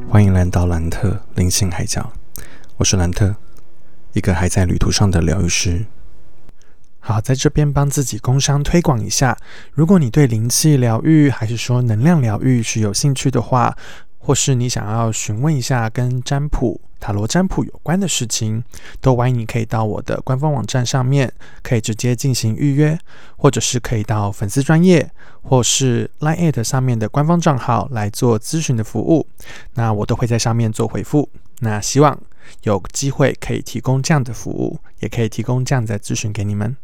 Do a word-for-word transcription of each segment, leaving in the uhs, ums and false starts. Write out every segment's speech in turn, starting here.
欢迎来到兰特灵性海角，我是兰特，一个还在旅途上的疗愈师。好，在这边帮自己工商推广一下，如果你对灵气疗愈还是说能量疗愈是有兴趣的话，或是你想要询问一下跟占卜、塔罗占卜有关的事情，都欢迎你可以到我的官方网站上面可以直接进行预约，或者是可以到粉丝专页或是 LINE@ 上面的官方账号来做咨询的服务，那我都会在上面做回复。那希望有机会可以提供这样的服务，也可以提供这样的咨询给你们。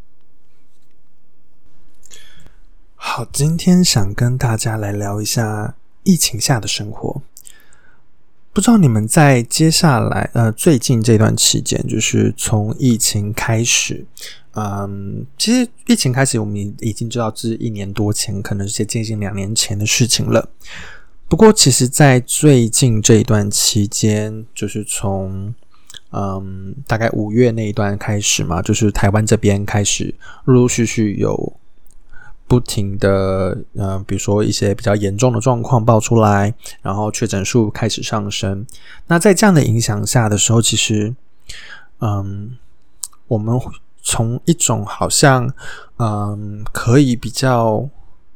好，今天想跟大家来聊一下疫情下的生活。不知道你们在接下来呃最近这段期间，就是从疫情开始，嗯，其实疫情开始我们已经知道这是一年多前，可能是接近两年前的事情了。不过其实在最近这一段期间，就是从嗯大概五月那一段开始嘛，就是台湾这边开始陆陆续续有不停的呃，比如说一些比较严重的状况爆出来，然后确诊数开始上升。那在这样的影响下的时候，其实嗯，我们从一种好像嗯可以比较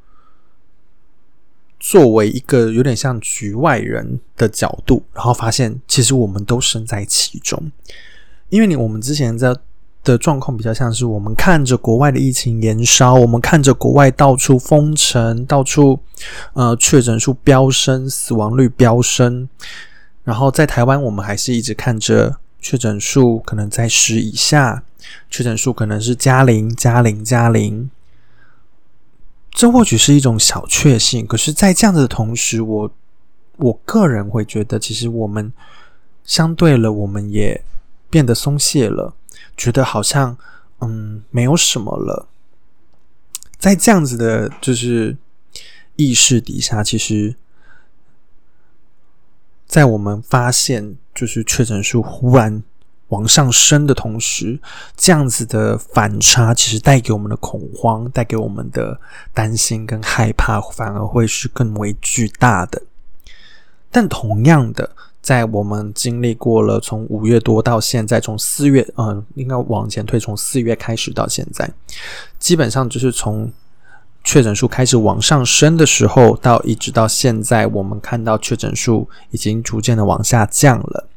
作为一个有点像局外人的角度，然后发现其实我们都身在其中。因为你我们之前在的状况比较像是我们看着国外的疫情延烧，我们看着国外到处封城，到处呃确诊数飙升，死亡率飙升，然后在台湾我们还是一直看着确诊数可能在十以下，确诊数可能是加零加零加零，这或许是一种小确幸。可是在这样的同时，我我个人会觉得其实我们相对了，我们也变得松懈了，觉得好像嗯没有什么了。在这样子的就是意识底下，其实在我们发现就是确诊数忽然往上升的同时，这样子的反差其实带给我们的恐慌，带给我们的担心跟害怕反而会是更为巨大的。但同样的，在我们经历过了从五月多到现在，从四月呃，应该往前推，从四月开始到现在，基本上就是从确诊数开始往上升的时候，到一直到现在，我们看到确诊数已经逐渐的往下降了。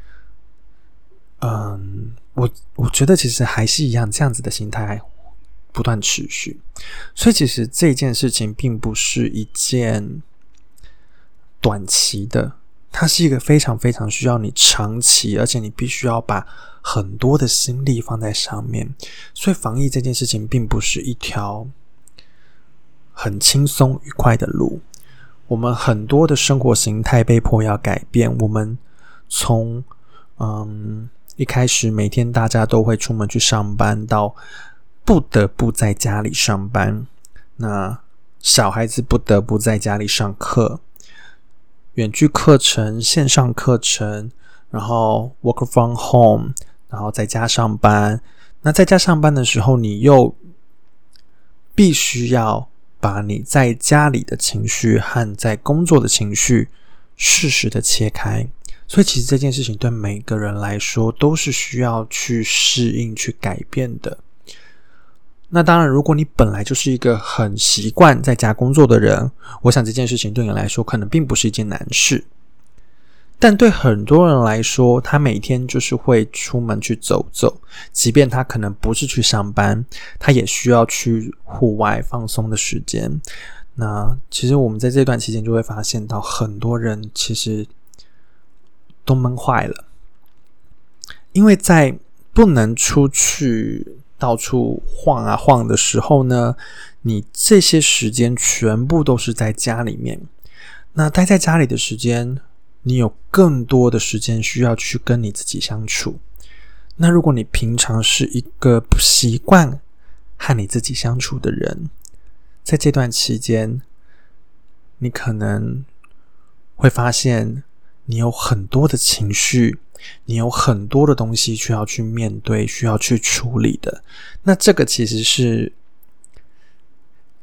嗯，我我觉得其实还是一样，这样子的心态不断持续。所以其实这件事情并不是一件短期的，它是一个非常非常需要你长期，而且你必须要把很多的心力放在上面。所以防疫这件事情并不是一条很轻松愉快的路，我们很多的生活形态被迫要改变。我们从嗯一开始每天大家都会出门去上班，到不得不在家里上班，那小孩子不得不在家里上课，远距课程、线上课程，然后 work from home， 然后在家上班。那在家上班的时候，你又必须要把你在家里的情绪和在工作的情绪适时的切开。所以其实这件事情对每个人来说都是需要去适应、去改变的。那当然，如果你本来就是一个很习惯在家工作的人，我想这件事情对你来说可能并不是一件难事。但对很多人来说，他每天就是会出门去走走，即便他可能不是去上班，他也需要去户外放松的时间。那其实我们在这段期间就会发现到，很多人其实都闷坏了，因为在不能出去到处晃啊晃的时候呢，你这些时间全部都是在家里面。那待在家里的时间，你有更多的时间需要去跟你自己相处。那如果你平常是一个不习惯和你自己相处的人，在这段期间，你可能会发现你有很多的情绪，你有很多的东西需要去面对，需要去处理的。那这个其实是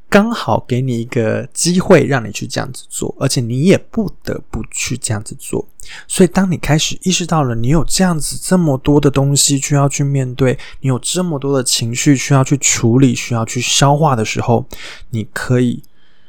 刚好给你一个机会让你去这样子做，而且你也不得不去这样子做。所以当你开始意识到了你有这样子这么多的东西需要去面对，你有这么多的情绪需要去处理，需要去消化的时候，你可以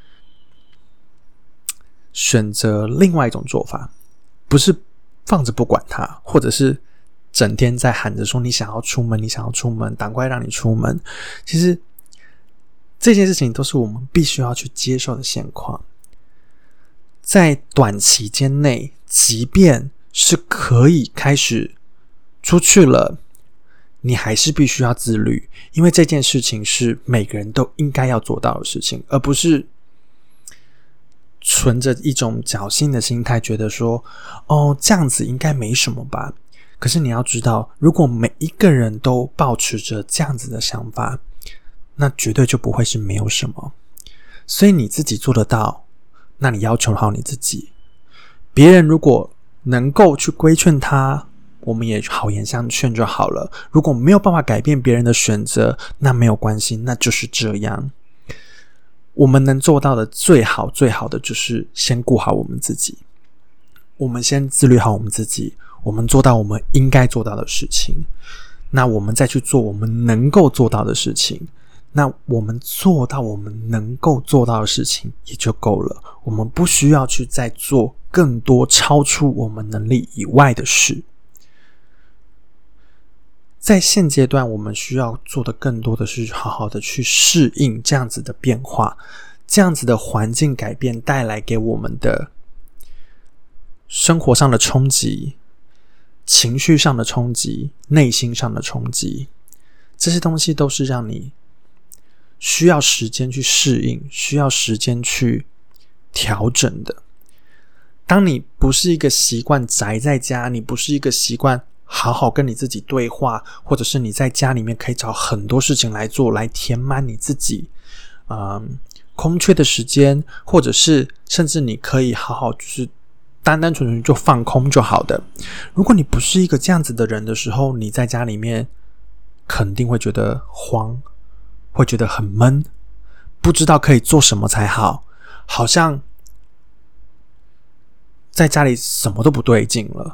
选择另外一种做法，不是放着不管它，或者是整天在喊着说你想要出门，你想要出门，赶快让你出门。其实这件事情都是我们必须要去接受的现况。在短期间内，即便是可以开始出去了，你还是必须要自律，因为这件事情是每个人都应该要做到的事情，而不是存着一种侥幸的心态，觉得说哦，这样子应该没什么吧。可是你要知道，如果每一个人都抱持着这样子的想法，那绝对就不会是没有什么。所以你自己做得到，那你要求好你自己。别人如果能够去规劝他，我们也好言相劝就好了。如果没有办法改变别人的选择，那没有关系，那就是这样。我们能做到的最好最好的就是先顾好我们自己，我们先自律好我们自己，我们做到我们应该做到的事情，那我们再去做我们能够做到的事情。那我们做到我们能够做到的事情也就够了，我们不需要去再做更多超出我们能力以外的事。在现阶段我们需要做的更多的是好好的去适应这样子的变化，这样子的环境改变带来给我们的生活上的冲击，情绪上的冲击，内心上的冲击，这些东西都是让你需要时间去适应，需要时间去调整的。当你不是一个习惯宅在家，你不是一个习惯好好跟你自己对话，或者是你在家里面可以找很多事情来做，来填满你自己嗯空缺的时间，或者是甚至你可以好好就是单单纯纯就放空就好的。如果你不是一个这样子的人的时候，你在家里面肯定会觉得慌，会觉得很闷，不知道可以做什么才好，好像在家里什么都不对劲了。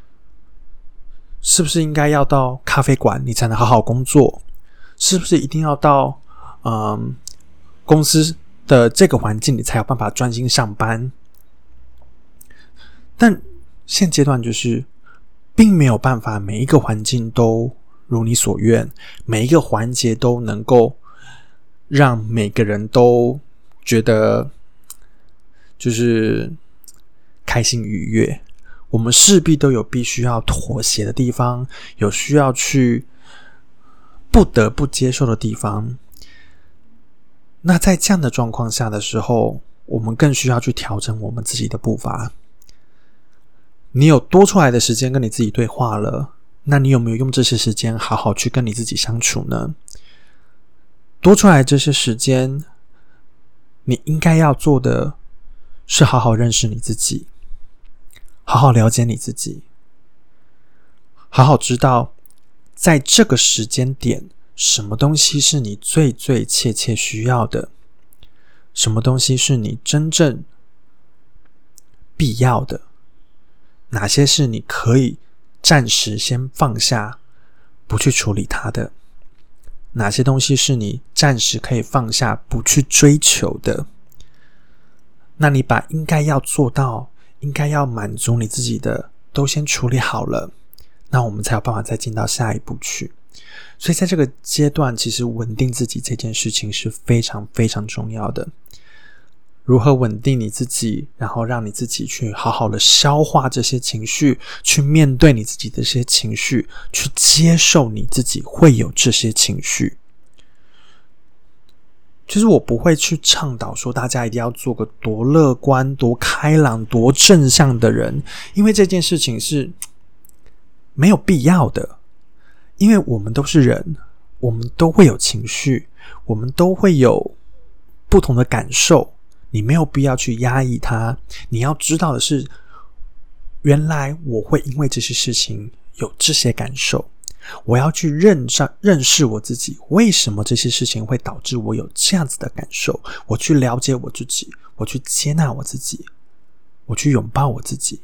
是不是应该要到咖啡馆你才能好好工作？是不是一定要到嗯公司的这个环境你才有办法专心上班？但现阶段就是并没有办法每一个环境都如你所愿，每一个环节都能够让每个人都觉得就是开心愉悦。我们势必都有必须要妥协的地方，有需要去不得不接受的地方。那在这样的状况下的时候，我们更需要去调整我们自己的步伐。你有多出来的时间跟你自己对话了，那你有没有用这些时间好好去跟你自己相处呢？多出来的这些时间，你应该要做的是好好认识你自己，好好了解你自己，好好知道在这个时间点什么东西是你最最切切需要的，什么东西是你真正必要的，哪些是你可以暂时先放下不去处理它的，哪些东西是你暂时可以放下不去追求的。那你把应该要做到应该要满足你自己的都先处理好了，那我们才有办法再进到下一步去。所以在这个阶段，其实稳定自己这件事情是非常非常重要的。如何稳定你自己，然后让你自己去好好的消化这些情绪，去面对你自己的这些情绪，去接受你自己会有这些情绪。就是我不会去倡导说大家一定要做个多乐观、多开朗、多正向的人，因为这件事情是没有必要的。因为我们都是人，我们都会有情绪，我们都会有不同的感受，你没有必要去压抑它。你要知道的是，原来我会因为这些事情有这些感受， 我要去认识认识我自己，为什么这些事情会导致我有这样子的感受，我去了解我自己，我去接纳我自己，我去拥抱我自己。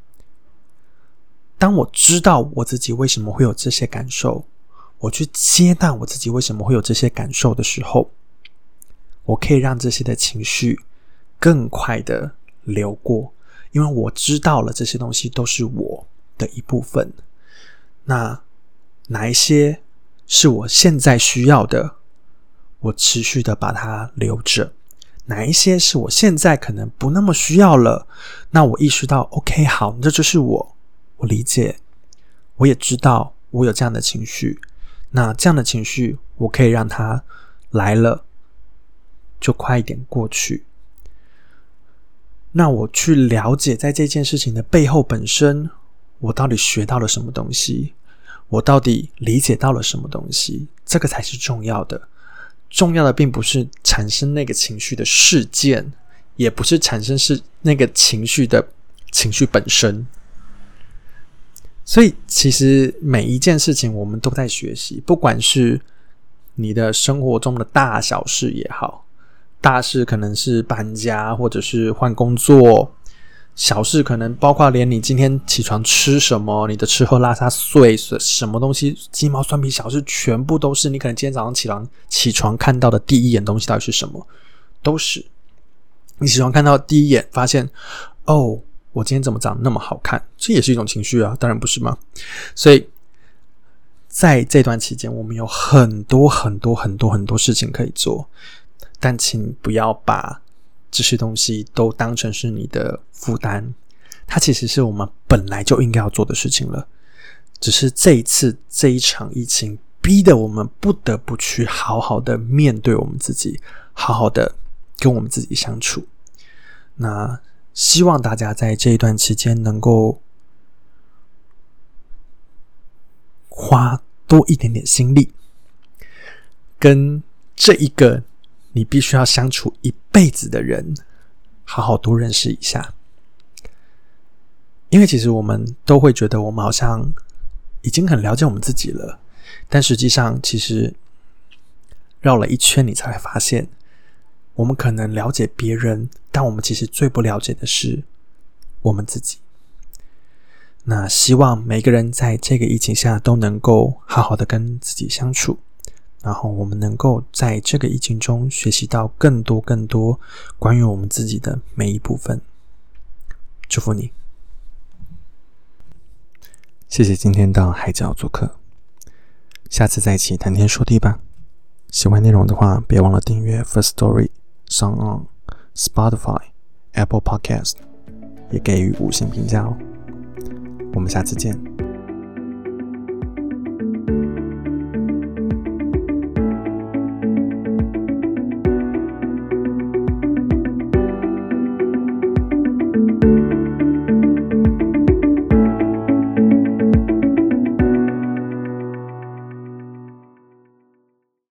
当我知道我自己为什么会有这些感受，我去接纳我自己为什么会有这些感受的时候，我可以让这些的情绪更快的流过，因为我知道了这些东西都是我的一部分。那哪一些是我现在需要的，我持续的把它留着，哪一些是我现在可能不那么需要了，那我意识到 OK 好，这就是我我理解，我也知道我有这样的情绪，那这样的情绪我可以让它来了就快一点过去。那我去了解在这件事情的背后本身，我到底学到了什么东西，我到底理解到了什么东西，这个才是重要的。重要的并不是产生那个情绪的事件，也不是产生是那个情绪的情绪本身。所以其实每一件事情我们都在学习，不管是你的生活中的大小事也好，大事可能是搬家或者是换工作，小事可能包括连你今天起床吃什么，你的吃喝拉撒睡什么东西，鸡毛蒜皮小事全部都是你可能今天早上起床起床看到的第一眼东西到底是什么，都是你起床看到的第一眼发现，哦，我今天怎么长那么好看，这也是一种情绪啊，当然不是吗？所以在这段期间我们有很多很多很多很多事情可以做，但请不要把这些东西都当成是你的负担，它其实是我们本来就应该要做的事情了，只是这一次这一场疫情逼得我们不得不去好好的面对我们自己，好好的跟我们自己相处。那希望大家在这一段期间能够花多一点点心力，跟这一个你必须要相处一辈子的人好好多认识一下。因为其实我们都会觉得我们好像已经很了解我们自己了，但实际上其实绕了一圈你才会发现，我们可能了解别人，但我们其实最不了解的是我们自己。那希望每个人在这个疫情下都能够好好的跟自己相处，然后我们能够在这个疫情中学习到更多更多关于我们自己的每一部分。祝福你。谢谢今天到海角做客，下次再一起谈天说地吧。喜欢内容的话，别忘了订阅 First Story、SoundOn、Spotify、Apple Podcast， 也给予五星评价哦。我们下次见。